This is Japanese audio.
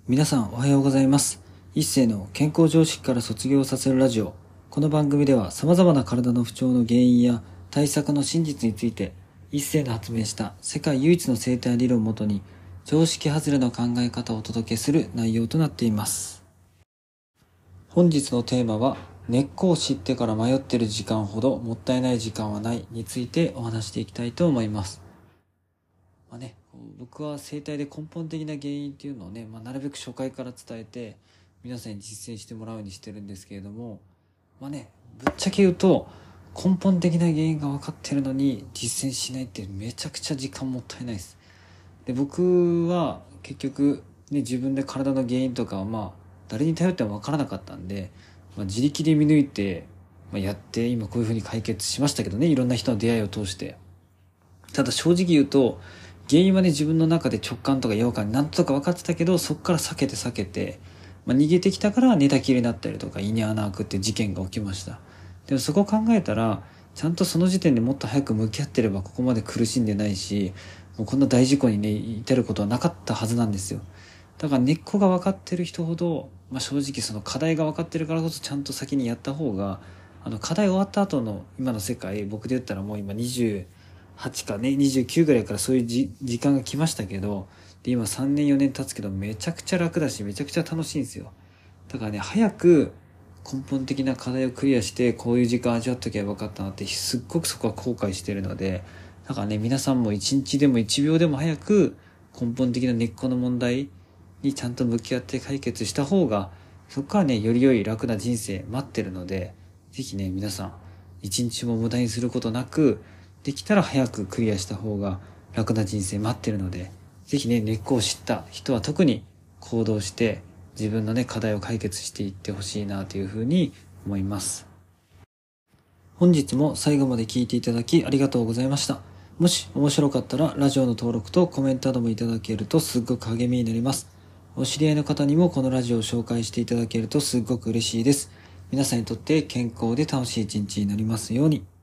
皆さんおはようございます。一世の健康常識から卒業させるラジオ。この番組では様々な体の不調の原因や対策の真実について、一世の発明した世界唯一の生態理論をもとに、常識外れの考え方をお届けする内容となっています。本日のテーマは、根っこを知ってから迷っている時間ほどもったいない時間はないについてお話していきたいと思います。僕は生態で根本的な原因っていうのをね、なるべく初回から伝えて皆さんに実践してもらうようにしてるんですけれども、ぶっちゃけ言うと根本的な原因が分かってるのに実践しないってめちゃくちゃ時間もったいないです。で、僕は結局ね、自分で体の原因とかは誰に頼っても分からなかったんで、自力で見抜いて、やって今こういう風に解決しましたけどね、いろんな人の出会いを通して。ただ正直言うと原因はね、自分の中で直感とか違和感なんとか分かってたけど、そこから避けて、逃げてきたから寝たきりになったりとか胃に穴開くっていう事件が起きました。でもそこを考えたら、ちゃんとその時点でもっと早く向き合ってればここまで苦しんでないし、もうこんな大事故にね、至ることはなかったはずなんですよ。だから根っこが分かってる人ほど、正直その課題が分かってるからこそちゃんと先にやった方が、課題終わった後の今の世界、僕で言ったらもう今28かね、29ぐらいからそういう時間が来ましたけど、で、今3年4年経つけどめちゃくちゃ楽だし、めちゃくちゃ楽しいんですよ。だからね、早く根本的な課題をクリアして、こういう時間味わっときゃよかったなって、すっごくそこは後悔してるので、だからね、皆さんも1日でも1秒でも早く根本的な根っこの問題にちゃんと向き合って解決した方が、そこからね、より良い楽な人生待ってるので、ぜひね、皆さん、1日も無駄にすることなく、できたら早くクリアした方が楽な人生待ってるので、ぜひね、根っこを知った人は特に行動して自分のね、課題を解決していってほしいなというふうに思います。本日も最後まで聞いていただきありがとうございました。もし面白かったらラジオの登録とコメントなどもいただけるとすっごく励みになります。お知り合いの方にもこのラジオを紹介していただけるとすっごく嬉しいです。皆さんにとって健康で楽しい一日になりますように。